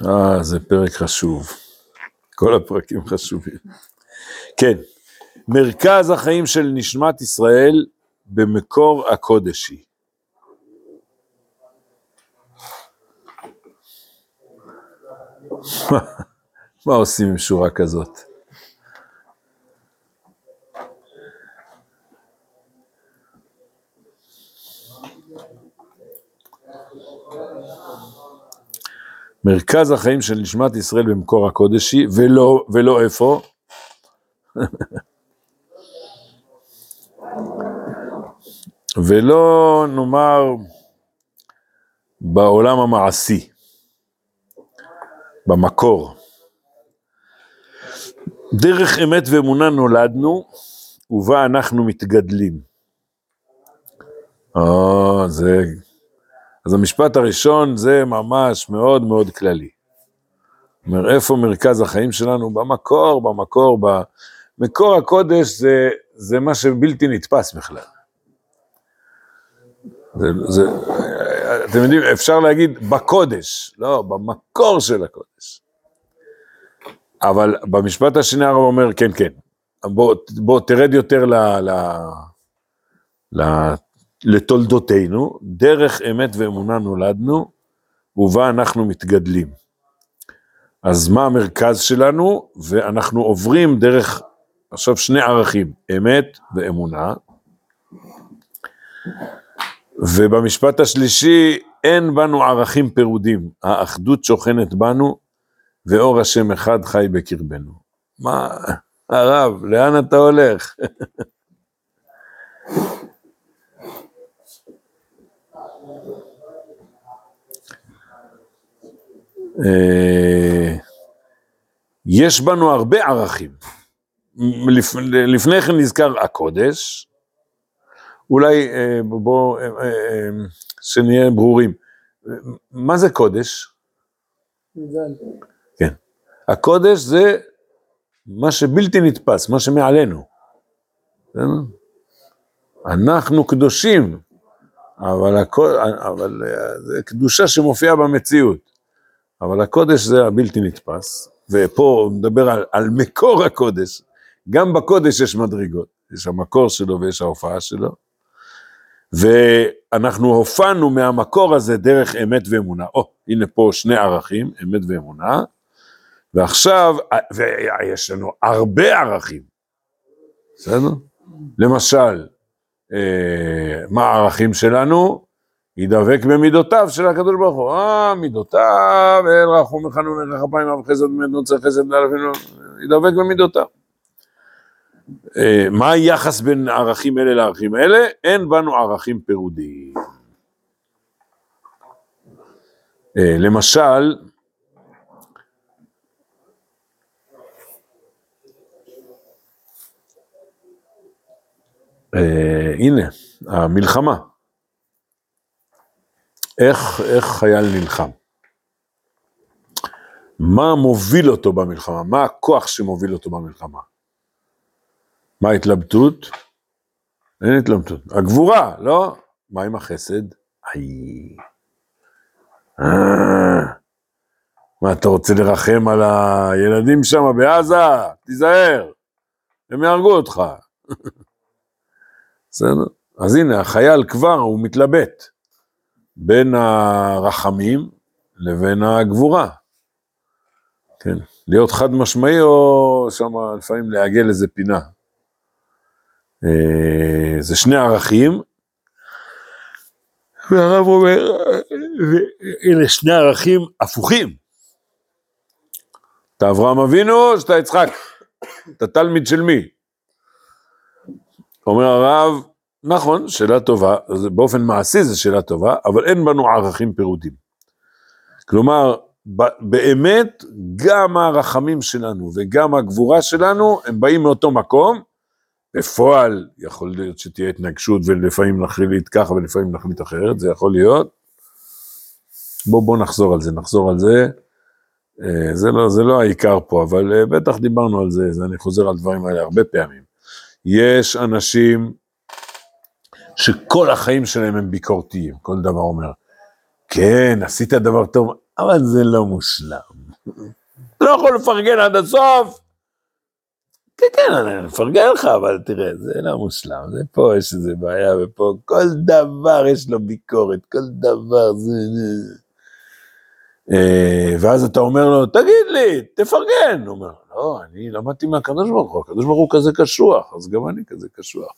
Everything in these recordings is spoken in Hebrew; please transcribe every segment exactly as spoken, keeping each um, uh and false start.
אה, זה פרק חשוב. כל הפרקים חשובים. כן, מרכז החיים של נשמת ישראל במקור הקודשי. מה, מה עושים עם שורה כזאת? מרכז החיים של נשמת ישראל במקור הקודשי, ולא, ולא איפה? ולא נאמר בעולם המעשי, במקור. דרך אמת ואמונה נולדנו, ובה אנחנו מתגדלים. אה, זה... אז המשפט הראשון זה ממש מאוד מאוד כללי. אומר, איפה מרכז החיים שלנו? במקור, במקור, במקור הקודש זה, זה מה שבלתי נתפס בכלל. זה, זה, אתם יודעים, אפשר להגיד בקודש, לא, במקור של הקודש. אבל במשפט השני הרב אומר, כן, כן, בוא, בוא תרד יותר ל... ל, ל לתולדותינו, דרך אמת ואמונה נולדנו, ובה אנחנו מתגדלים. אז מה המרכז שלנו? ואנחנו עוברים דרך, עכשיו שני ערכים, אמת ואמונה, ובמשפט השלישי, אין בנו ערכים פירודים, האחדות שוכנת בנו, ואור השם אחד חי בקרבנו. מה, הרב, לאן אתה הולך? יש בנו הרבה ערכים. לפני כן נזכר הקודש, אולי בוא שנהיה ברורים. מה זה קודש? כן. הקודש זה מה שבלתי נתפס, מה שמעלינו. אנחנו קדושים, אבל הקודש, אבל זה קדושה שמופיעה במציאות. אבל הקודש זה הבלתי נתפס, ופה הוא מדבר על, על מקור הקודש. גם בקודש יש מדרגות, יש המקור שלו ויש ההופעה שלו, ואנחנו הופענו מהמקור הזה דרך אמת ואמונה. או, הנה פה שני ערכים, אמת ואמונה, ועכשיו, ויש לנו הרבה ערכים, בסדר? למשל, מה הערכים שלנו? ידבק במידותיו של הקדוש ברוך הוא. אה, מידותיו, אל רחום וחנון, אל רחפיים, אב חסד, נוצר חסד, ידבק במידותיו. מה היחס בין ערכים אלה לערכים אלה? אין בנו ערכים פירודיים. למשל, הנה, המלחמה. איך, איך חייל נלחם? מה מוביל אותו במלחמה? מה הכוח שמוביל אותו במלחמה? מה ההתלבטות? אין התלבטות. הגבורה, לא? מה עם החסד? איי. מה, אתה רוצה לרחם על הילדים שם בעזה? תיזהר. הם יהרגו אותך. בסדר? אז הנה, החייל כבר הוא מתלבט. בין הרחמים לבין הגבורה. כן, להיות חד משמעי או שם לפעמים להגל איזה פינה. זה שני ערכים, והרב אומר, אלה שני ערכים הפוכים. אתה אברהם אבינו או שאתה יצחק? אתה תלמיד של מי? אומר הרב, נכון, שאלה טובה, באופן מעשי זו שאלה טובה, אבל אין בנו ערכים פירודים. כלומר, באמת, גם הרחמים שלנו וגם הגבורה שלנו, הם באים מאותו מקום, בפועל יכול להיות שתהיה התנגשות, ולפעמים נחליט ככה ולפעמים נחליט אחרת, זה יכול להיות. בוא, בוא נחזור על זה, נחזור על זה. זה לא, זה לא העיקר פה, אבל בטח דיברנו על זה, זה אני חוזר על דברים האלה הרבה פעמים. יש אנשים שכל החיים שלהם הם ביקורתיים, כל דבר אומר, כן, עשית דבר טוב, אבל זה לא מושלם. לא יכול לפרגן עד הסוף. כן, כן, אני מפרגן לך, אבל תראה, זה לא מושלם. זה פה יש איזו בעיה, ופה כל דבר יש לו ביקורת, כל דבר זה... ואז אתה אומר לו, תגיד לי, תפרגן. הוא אומר, לא, אני למדתי מהקדוש ברוך הוא, הקדוש ברוך הוא כזה קשוח, אז גם אני כזה קשוח.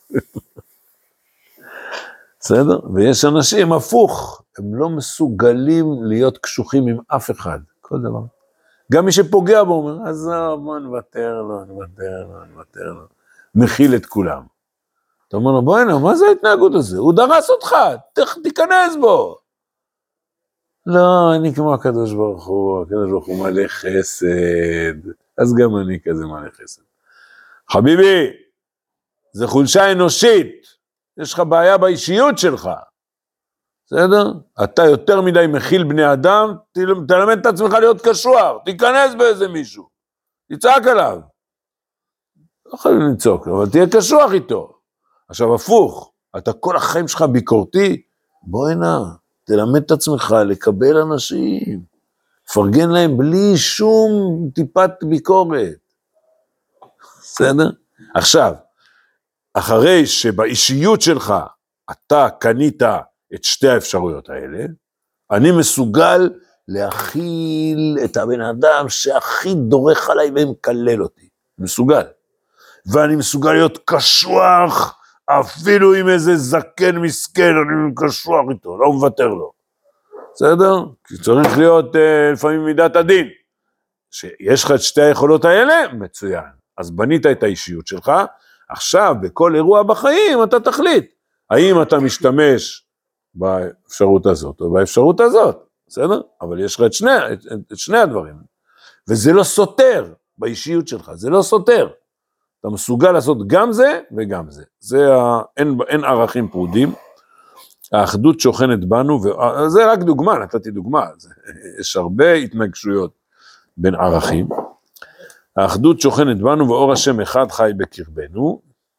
בסדר? ויש אנשים הפוך, הם לא מסוגלים להיות קשוחים עם אף אחד, כל דבר. גם מי שפוגע בו אומר, אז בוא נוותר לו, נוותר לו, נוותר לו. מכיל את כולם. אתה אומר לו, בוא הנה, מה זה ההתנהגות הזה? הוא דרס אותך, תיכנס בו. לא, אני כמו הקדוש ברוך הוא, הקדוש ברוך הוא מלא חסד, אז גם אני כזה מלא חסד. חביבי, זה חולשה אנושית, יש לך בעיה באישיות שלך, בסדר? אתה יותר מדי מכיל בני אדם, תלמד את עצמך להיות קשוח, תיכנס באיזה מישהו, תצעק עליו. לא חייבים לצעוק, אבל תהיה קשוח איתו. עכשיו הפוך, אתה כל החיים שלך ביקורתי, בוא הנה. תלמד את עצמך לקבל אנשים, פרגן להם בלי שום טיפת ביקורת. בסדר? עכשיו, אחרי שבאישיות שלך אתה קנית את שתי האפשרויות האלה, אני מסוגל להכיל את הבן אדם שהכי דורך עליי ומקלל אותי. מסוגל. ואני מסוגל להיות קשוח, אפילו עם איזה זקן מסכן, אני קשוח איתו, לא מוותר לו. בסדר? כי צריך להיות אה, לפעמים מידת הדין. שיש לך את שתי היכולות האלה, מצוין. אז בנית את האישיות שלך, עכשיו בכל אירוע בחיים אתה תחליט, האם אתה משתמש באפשרות הזאת או באפשרות הזאת, בסדר? אבל יש לך את שני, את, את שני הדברים. וזה לא סותר באישיות שלך, זה לא סותר. אתה מסוגל לעשות גם זה וגם זה. זה ה... אין, אין ערכים פרודים. האחדות שוכנת בנו, וזה רק דוגמה, נתתי דוגמה. זה, יש הרבה התנגשויות בין ערכים. האחדות שוכנת בנו, ואור השם אחד חי בקרבנו.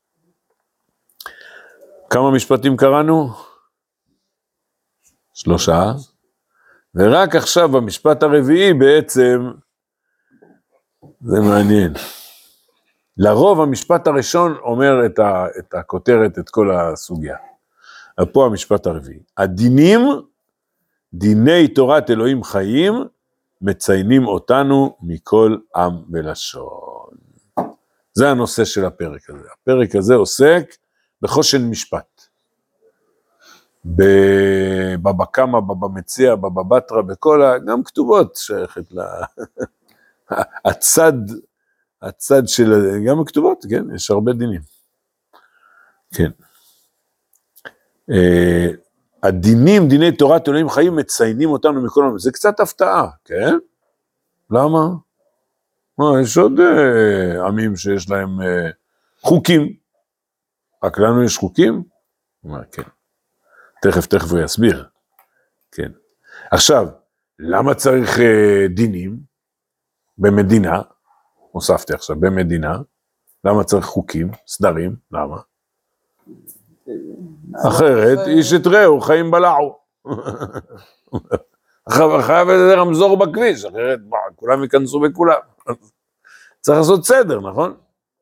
כמה משפטים קראנו? שלושה. ורק עכשיו במשפט הרביעי בעצם, זה מעניין. לרוב המשפט הראשון אומר את, ה, את הכותרת, את כל הסוגיה. פה המשפט הרביעי. הדינים, דיני תורת אלוהים חיים, מציינים אותנו מכל עם ולשון. זה הנושא של הפרק הזה. הפרק הזה עוסק בחושן משפט. בבבא קמא, בבא מציעא, בבא בתרא, בכל ה... גם כתובות שייכת ל... הצד... הצד של, גם הכתובות, כן, יש הרבה דינים. כן. Uh, הדינים, דיני תורת אלוהים חיים, מציינים אותנו מכל העם. זה קצת הפתעה, כן? למה? מה, יש עוד uh, עמים שיש להם uh, חוקים. רק לנו יש חוקים? מה, כן. תכף, תכף הוא יסביר. כן. עכשיו, למה צריך uh, דינים במדינה? הוספתי עכשיו, במדינה, למה צריך חוקים, סדרים, למה? אחרת, איש את רעהו, חיים בלעו. חייב איזה רמזור בכביש, אחרת, כולם ייכנסו בכולם. צריך לעשות סדר, נכון?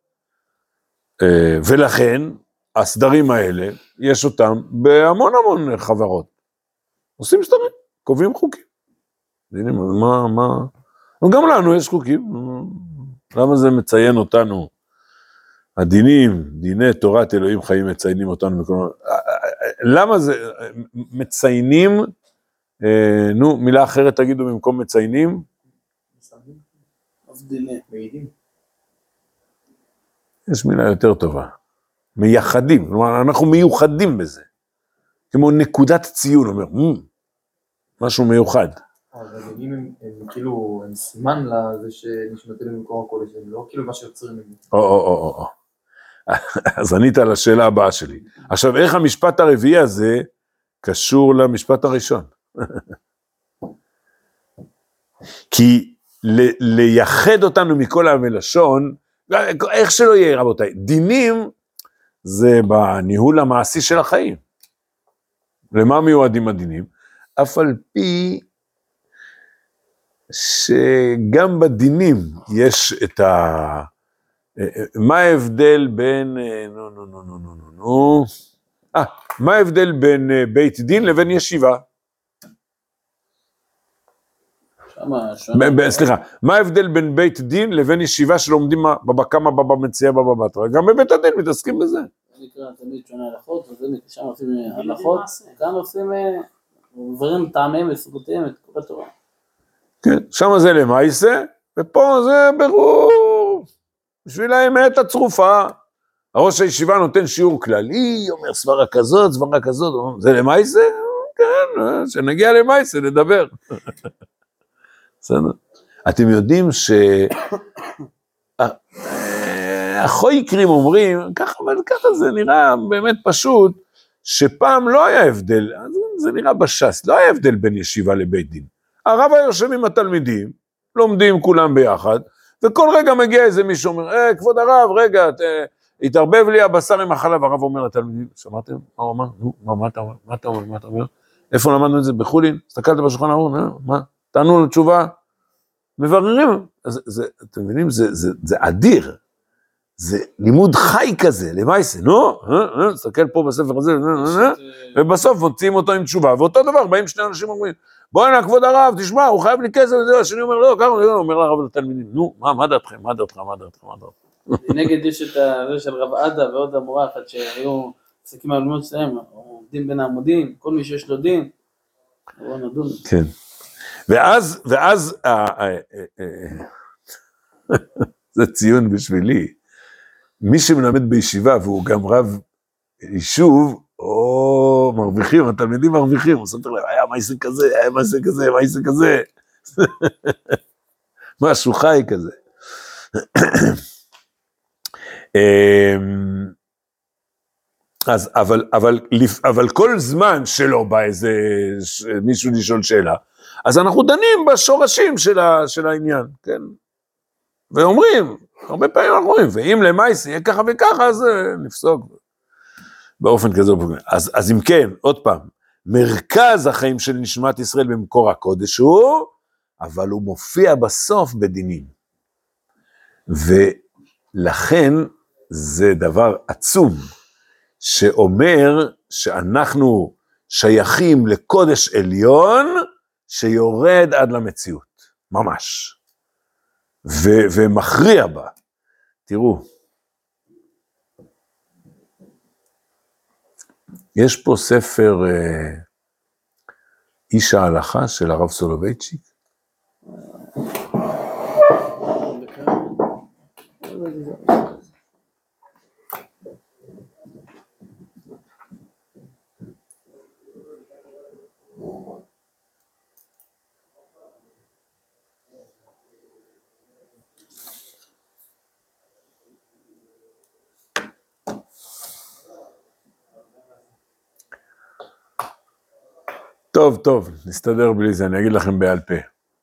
ולכן, הסדרים האלה, יש אותם בהמון המון חברות. עושים סדרים, קובעים חוקים. מה, מה? וגם לנו יש חוקים. למה זה מציין אותנו? הדינים, דיני תורת אלוהים חיים מציינים אותנו בכל... למה זה מציינים, אה, נו, מילה אחרת תגידו במקום מציינים? יש מילה יותר טובה. מייחדים, כלומר, אנחנו מיוחדים בזה. כמו נקודת ציון, אומר, מ, משהו מיוחד. אבל הדינים הם, הם כאילו, הם סימן לזה שנשמתנו במקום הקודש, הם לא כאילו מה שיוצרים ממנו. או, או, או, או. אז ענית על השאלה הבאה שלי. עכשיו, איך המשפט הרביעי הזה קשור למשפט הראשון? כי ל- לייחד אותנו מכל העם ולשון, איך שלא יהיה, רבותיי, דינים זה בניהול המעשי של החיים. למה מיועדים הדינים? אף על פי שגם בדינים יש את ה... מה ההבדל בין... נו, נו, נו, נו, נו, נו, אה, מה ההבדל בין בית דין לבין ישיבה? שמה, שמה. סליחה, מה ההבדל בין בית דין לבין ישיבה שלומדים בבא קמא בבא מציעא בבא בתרא? גם בבית הדין מתעסקים בזה. זה נקרא תמיד שונה הלכות, שם עושים הלכות, כאן עושים דברים טעמים וסוגותיים את כל התורה. כן, שם זה למעשה, ופה זה ברור, בשביל האמת הצרופה. הראש הישיבה נותן שיעור כללי, אומר סברה כזאת, סברה כזאת, זה למעשה? כן, שנגיע למעשה, נדבר. בסדר? אתם יודעים ש... החויקרים אומרים, ככה, ככה זה נראה באמת פשוט, שפעם לא היה הבדל, זה נראה בש"ס, לא היה הבדל בין ישיבה לבית דין. הרב היה יושב עם התלמידים, לומדים כולם ביחד, וכל רגע מגיע איזה מישהו אומר, אה, כבוד הרב, רגע, ת, התערבב לי הבשר עם החלב, הרב אומר לתלמידים, שמעתם? מה הוא אמר? נו, מה, מה אתה אומר? מה אתה אומר? מה אתה אומר? איפה למדנו את זה? בחולין? הסתכלת בשולחן ערוך? מה? תענו לו תשובה? מבררים. אז, זה, אתם מבינים? זה, זה, זה אדיר. זה לימוד חי כזה, למעשה, נו, תסתכל פה בספר הזה, ובסוף מוצאים אותו עם תשובה, ואותו דבר, באים שני אנשים אומרים, בוא הנה, כבוד הרב, תשמע, הוא חייב לי כסף, וזה, השני אומר, לא, ככה, הוא אומר לרב לתלמידים, נו, מה, מה דעתכם, מה דעתך, מה דעתך, מה דעתך? נגד יש את זה של רב עדה ועוד המורה אחת שהיו עסקים מהלימוד שלהם, עומדים בין העמודים, כל מי שיש לו דין, בואו נדון. כן, ואז, ואז, זה ציון בשבילי, מי שמלמד בישיבה והוא גם רב יישוב, או מרוויחים, התלמידים מרוויחים, הוא סופר להם, היה מייסה כזה, היה מייסה כזה, מייסה כזה, משהו חי כזה. אז, אבל, אבל, אבל כל זמן שלא בא איזה מישהו לשאול שאלה, אז אנחנו דנים בשורשים של, ה, של העניין, כן? ואומרים, הרבה פעמים אנחנו אומרים, ואם למעשה יהיה ככה וככה, אז נפסוק באופן כזה. אז, אז אם כן, עוד פעם, מרכז החיים של נשמת ישראל במקור הקודש הוא, אבל הוא מופיע בסוף בדינים. ולכן זה דבר עצום, שאומר שאנחנו שייכים לקודש עליון, שיורד עד למציאות, ממש. ו- ומכריע בה. תראו, יש פה ספר אה, איש ההלכה של הרב סולובייצ'יק. טוב, טוב, נסתדר בלי זה, אני אגיד לכם בעל פה.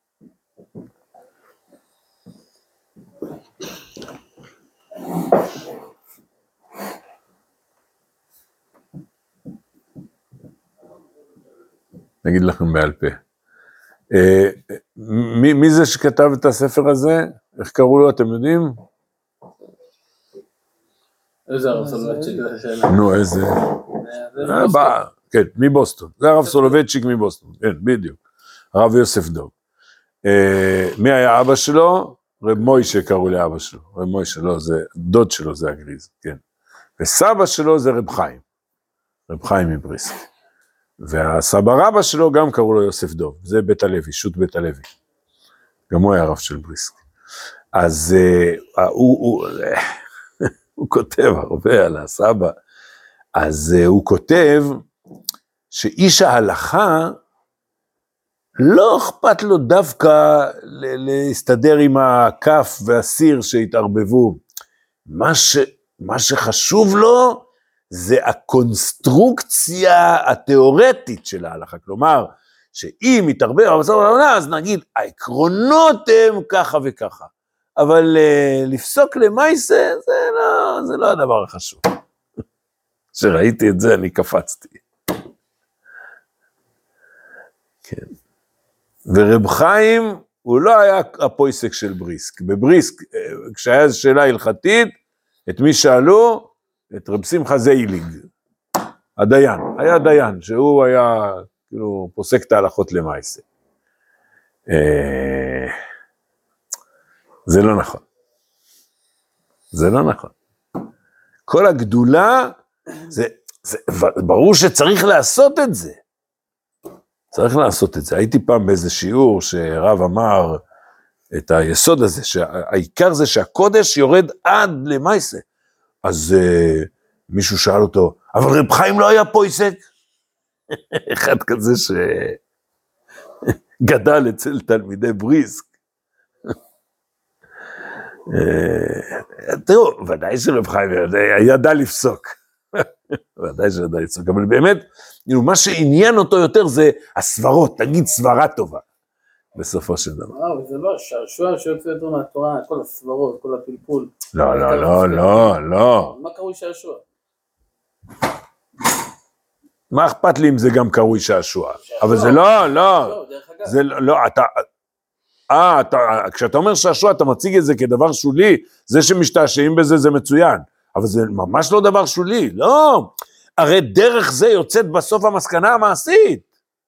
נגיד לכם בעל פה. אה, מי, מי זה שכתב את הספר הזה? איך קראו לו, אתם יודעים? איזה הרב סולובייצ'יק זה השאלה? נו, איזה... אה, בא... כן, מבוסטון, זה הרב סולובייצ'יק מבוסטון, כן, בדיוק, הרב יוסף דוב. אה, מי היה אבא שלו? רב מוישה קראו לאבא שלו, רב מוישה, לא, זה, דוד שלו זה הגריז, כן. וסבא שלו זה רב חיים, רב חיים מבריסק. והסבא רבא שלו גם קראו לו יוסף דוב, זה בית הלוי, שו"ת בית הלוי. גם הוא היה רב של בריסק. אז אה, הוא, הוא, הוא כותב הרבה על הסבא, אז אה, הוא כותב, שאיש ההלכה לא אכפת לו דווקא להסתדר עם הכף והסיר שהתערבבו. מה, ש, מה שחשוב לו זה הקונסטרוקציה התיאורטית של ההלכה. כלומר, שאם יתערבב, אז נגיד, העקרונות הם ככה וככה. אבל לפסוק למעשה, זה לא, זה לא הדבר החשוב. כשראיתי את זה, אני קפצתי. כן. ורב חיים, הוא לא היה הפויסק של בריסק. בבריסק, כשהיה איזו שאלה הלכתית, את מי שאלו? את רב שמחה זייליג. הדיין, היה דיין, שהוא היה, כאילו, פוסק את ההלכות למעשה. זה לא נכון. זה לא נכון. כל הגדולה, זה, זה, ברור שצריך לעשות את זה. צריך לעשות את זה. הייתי פעם באיזה שיעור שרב אמר את היסוד הזה, שהעיקר זה שהקודש יורד עד למעשה. אז uh, מישהו שאל אותו, אבל רב חיים לא היה פויסק? אחד כזה שגדל אצל תלמידי בריסק. תראו, ודאי שרב חיים ידע לפסוק. ודאי שידע לפסוק, אבל באמת, מה שעניין אותו יותר זה הסברות, תגיד סברה טובה, בסופו של דבר. וואו, זה לא השעשוע שיוצא יותר מהתורה, כל הסברות, כל הפלפול. לא, לא, לא, לא, לא. מה קרוי שעשוע? מה אכפת לי אם זה גם קרוי שעשוע? אבל זה לא, לא. זה לא, אתה... אה, כשאתה אומר שעשוע, אתה מציג את זה כדבר שולי, זה שמשתעשעים בזה זה מצוין, אבל זה ממש לא דבר שולי, לא. הרי דרך זה יוצאת בסוף המסקנה המעשית.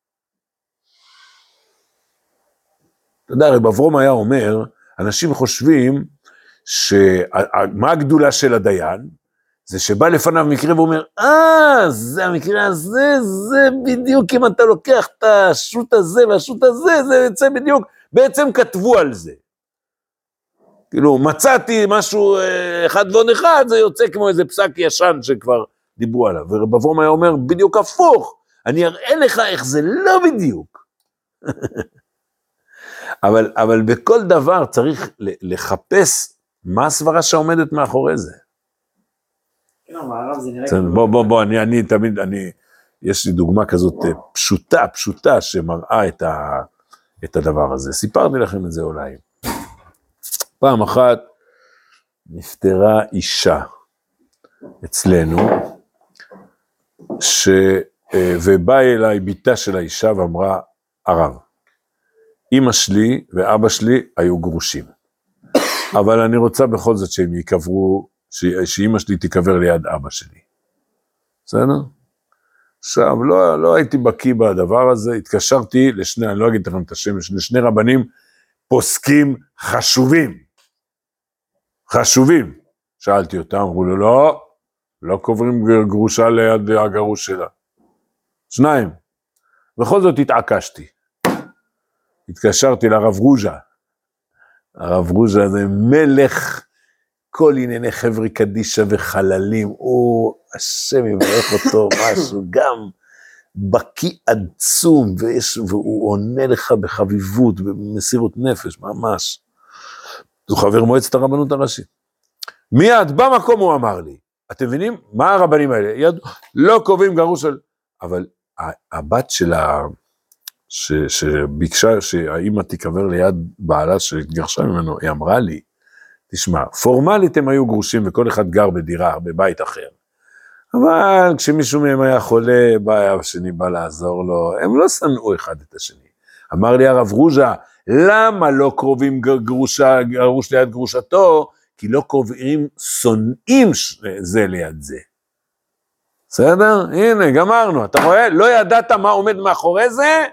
אתה יודע, רב אברום היה אומר, אנשים חושבים, שמה הגדולה של הדיין? זה שבא לפניו מקרה ואומר, אה, זה המקרה הזה, זה בדיוק, אם אתה לוקח את השוט הזה והשוט הזה, זה יוצא בדיוק, בעצם כתבו על זה. כאילו, מצאתי משהו אחד ועוד אחד, זה יוצא כמו איזה פסק ישן שכבר דיברו עליו. ורב אברום היה אומר, בדיוק הפוך, אני אראה לך איך זה לא בדיוק. אבל, אבל בכל דבר צריך לחפש מה הסברה שעומדת מאחורי זה. כן, המערב זה נראה... בוא, בוא, בוא, אני, אני תמיד, אני, יש לי דוגמה כזאת פשוטה, פשוטה, שמראה את ה... את הדבר הזה. סיפרתי לכם את זה אולי. פעם אחת נפטרה אישה אצלנו, ש... ובאה אליי ביתה של האישה ואמרה, הרב, אמא שלי ואבא שלי היו גרושים, אבל אני רוצה בכל זאת שהם יקברו, ש... שאמא שלי תיקבר ליד אבא שלי. בסדר? עכשיו, לא, לא הייתי בקיא בדבר הזה, התקשרתי לשני, אני לא אגיד לכם את השם, לשני רבנים פוסקים חשובים, חשובים. שאלתי אותם, אמרו לו, לא, לא קוברים גרושה ליד הגרוש שלה. שניים. בכל זאת התעקשתי. התקשרתי לרב רוז'ה. הרב רוז'ה זה מלך כל ענייני חברי קדישה וחללים, הוא, השם יברך אותו משהו, גם בקי עצום, ויש, והוא עונה לך בחביבות, במסירות נפש, ממש. זו חבר מועצת הרבנות הראשית. מיד, במקום הוא אמר לי, אתם מבינים? מה הרבנים האלה? יד, לא קובעים גרוש על... אבל הבת שלה, ש, שביקשה שהאמא תיקבר ליד בעלה שהתגרשה ממנו, היא אמרה לי, תשמע, פורמלית הם היו גרושים וכל אחד גר בדירה, בבית אחר. אבל כשמישהו מהם היה חולה, בא השני בא לעזור לו, הם לא שנאו אחד את השני. אמר לי הרב רוז'ה, למה לא קרובים גרושה, גרוש ליד גרושתו? כי לא קרובים שונאים זה ליד זה. בסדר? הנה, גמרנו. אתה רואה? לא ידעת מה עומד מאחורי זה?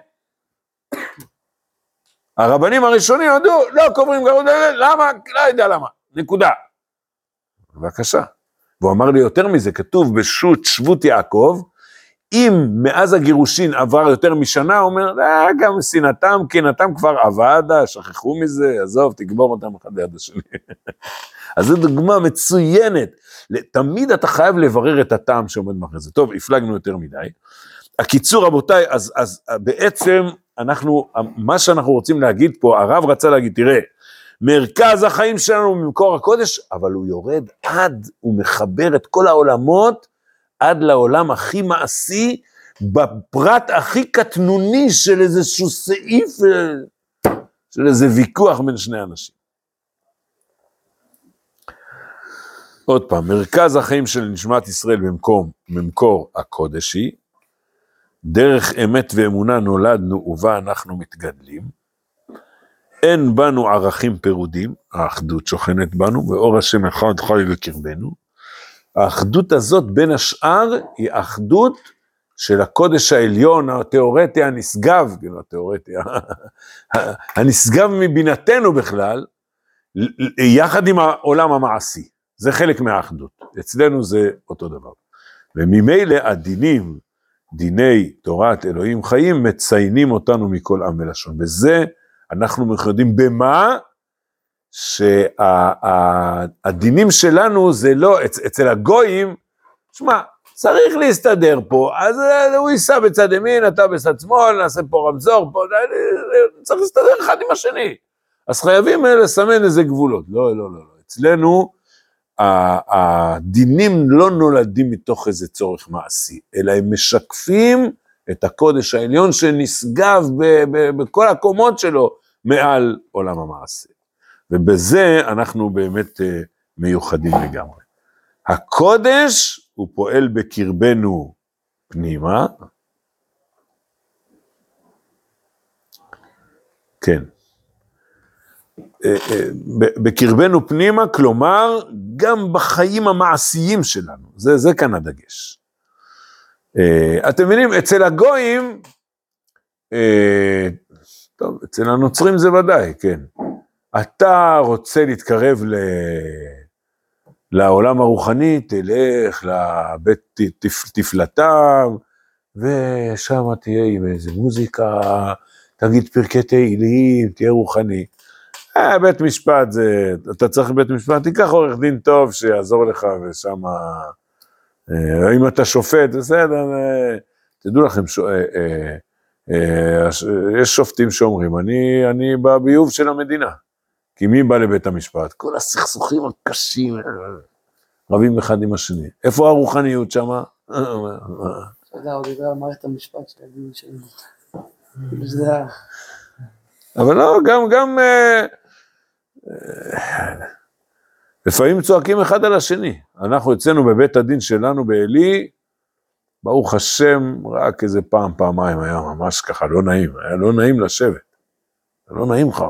הרבנים הראשונים ידעו, לא קוברים גרוש, למה? לא יודע למה. נקודה. בבקשה. והוא אמר לי יותר מזה, כתוב בשו"ת שבות יעקב, אם מאז הגירושין עבר יותר משנה, הוא אומר, לא, גם שנאתם, קנאתם כבר עבדה, שכחו מזה, עזוב, תגבור אותם אחד ליד השני. אז זו דוגמה מצוינת. תמיד אתה חייב לברר את הטעם שעומד מאחורי זה. טוב, הפלגנו יותר מדי. הקיצור, רבותיי, אז, אז בעצם אנחנו, מה שאנחנו רוצים להגיד פה, הרב רצה להגיד, תראה, מרכז החיים שלנו ממקור הקודש, אבל הוא יורד עד, הוא מחבר את כל העולמות, עד לעולם הכי מעשי, בפרט הכי קטנוני של איזשהו סעיף, של איזה ויכוח בין שני אנשים. עוד פעם, מרכז החיים של נשמת ישראל במקום, במקור הקודשי, דרך אמת ואמונה נולדנו ובה אנחנו מתגדלים, אין בנו ערכים פירודים, האחדות שוכנת בנו, ואור השם אחד חי בקרבנו, האחדות הזאת בין השאר היא אחדות של הקודש העליון, התיאורטי הנשגב, התיאורטי הנשגב מבינתנו בכלל, יחד עם העולם המעשי, זה חלק מהאחדות, אצלנו זה אותו דבר, וממילא הדינים, דיני תורת אלוהים חיים, מציינים אותנו מכל עם ולשון, וזה אנחנו מיוחדים במה, שהדינים שלנו זה לא, אצל הגויים, שמע, צריך להסתדר פה, אז הוא ייסע בצד ימין, אתה בצד שמאל, נעשה פה רמזור, פה, צריך להסתדר אחד עם השני, אז חייבים לסמן איזה גבולות, לא, לא, לא, אצלנו, הדינים לא נולדים מתוך איזה צורך מעשי, אלא הם משקפים את הקודש העליון שנשגב בכל הקומות שלו מעל עולם המעשה. ובזה אנחנו באמת מיוחדים לגמרי. הקודש הוא פועל בקרבנו פנימה. כן. בקרבנו פנימה, כלומר, גם בחיים המעשיים שלנו. זה, זה כאן הדגש. אתם מבינים, אצל הגויים, טוב, אצל הנוצרים זה ודאי, כן. אתה רוצה להתקרב ל... לעולם הרוחני, תלך לבית תפלתם, ושם תהיה עם איזה מוזיקה, תגיד פרקי תהילים, תהיה רוחני. אה, בית משפט זה, אתה צריך בית משפט, תיקח עורך דין טוב שיעזור לך, ושם, אה, אם אתה שופט, בסדר, אה, תדעו לכם, ש... אה, אה, אה, יש שופטים שאומרים, אני, אני בביוב של המדינה, כי מי בא לבית המשפט? כל הסכסוכים הקשים, רבים אחד עם השני. איפה הרוחניות שם? אתה יודע, הוא דיבר על מערכת המשפט של הדיון שלנו. זה היה... אבל לא, גם, גם, לפעמים צועקים אחד על השני. אנחנו יצאנו בבית הדין שלנו באלי, ברוך השם, רק איזה פעם, פעמיים, היה ממש ככה, לא נעים, היה לא נעים לשבת. לא נעים לך,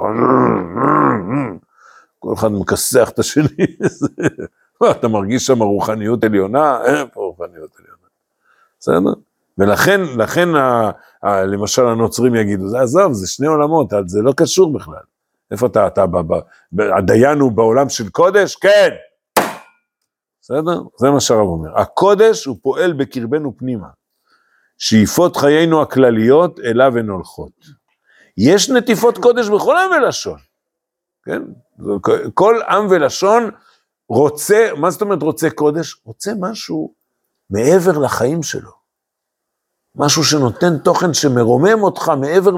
כל אחד מכסח את השני, אתה מרגיש שם רוחניות עליונה, אין פה רוחניות עליונה. בסדר? ולכן, לכן, למשל הנוצרים יגידו, זה עזוב, זה שני עולמות, זה לא קשור בכלל. איפה אתה, אתה, הדיין הוא בעולם של קודש? כן. בסדר? זה מה שהרב אומר. הקודש הוא פועל בקרבנו פנימה. שאיפות חיינו הכלליות אליו הן הולכות. יש נטיפות קודש בכל עם ולשון. כן? כל עם ולשון רוצה, מה זאת אומרת רוצה קודש? רוצה משהו מעבר לחיים שלו. משהו שנותן תוכן שמרומם אותך מעבר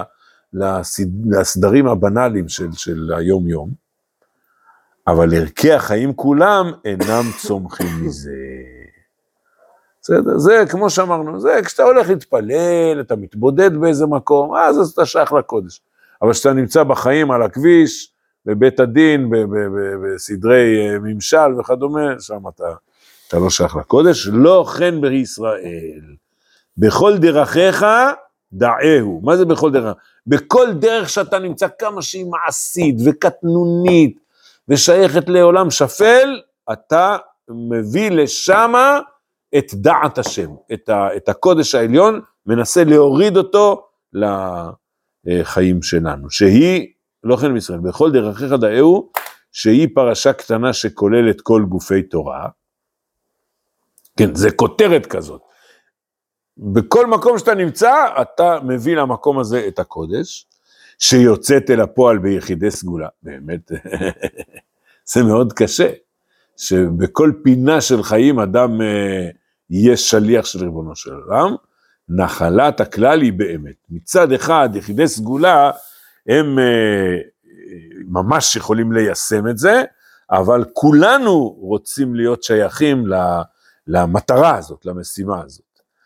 לסדרים הבנאליים של, של היום יום. אבל ערכי החיים כולם אינם צומחים מזה. בסדר? זה כמו שאמרנו, זה כשאתה הולך להתפלל, אתה מתבודד באיזה מקום, אז אתה שייך לקודש. אבל כשאתה נמצא בחיים על הכביש, בבית הדין, בסדרי ממשל וכדומה, שם אתה, אתה לא שייך לקודש, לא כן בישראל. בכל דרכיך דעהו. מה זה בכל דרך? בכל דרך שאתה נמצא כמה שהיא מעשית וקטנונית, ושייכת לעולם שפל, אתה מביא לשמה את דעת השם, את, ה, את הקודש העליון, מנסה להוריד אותו לחיים שלנו, שהיא, לא כן בישראל, בכל דרכיך דעהו, שהיא פרשה קטנה שכוללת כל גופי תורה, כן, זה כותרת כזאת, בכל מקום שאתה נמצא, אתה מביא למקום הזה את הקודש, שיוצאת אל הפועל ביחידי סגולה, באמת, זה מאוד קשה, שבכל פינה של חיים אדם אה, יהיה שליח של ריבונו של עולם, נחלת הכלל היא באמת, מצד אחד יחידי סגולה, הם אה, ממש יכולים ליישם את זה, אבל כולנו רוצים להיות שייכים למטרה הזאת, למשימה הזאת.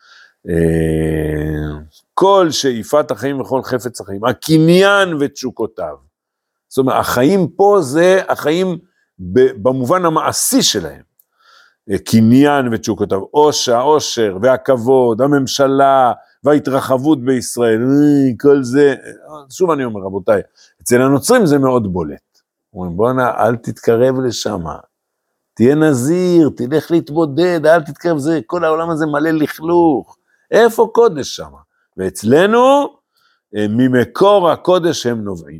כל שאיפת החיים וכל חפץ החיים, הקניין ותשוקותיו. זאת אומרת, החיים פה זה החיים במובן המעשי שלהם. קניין ותשוקותיו, עושר, העושר והכבוד, הממשלה וההתרחבות בישראל, כל זה, שוב אני אומר, רבותיי, אצל הנוצרים זה מאוד בולט. אומרים, בוא נע, אל תתקרב לשם, תהיה נזיר, תלך להתבודד, אל תתקרב, זה, כל העולם הזה מלא לכלוך, איפה קודש שם? ואצלנו, ממקור הקודש הם נובעים.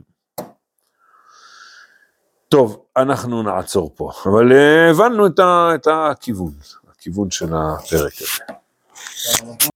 טוב, אנחנו נעצור פה, אבל הבנו את, ה, את הכיוון, הכיוון של הפרק הזה.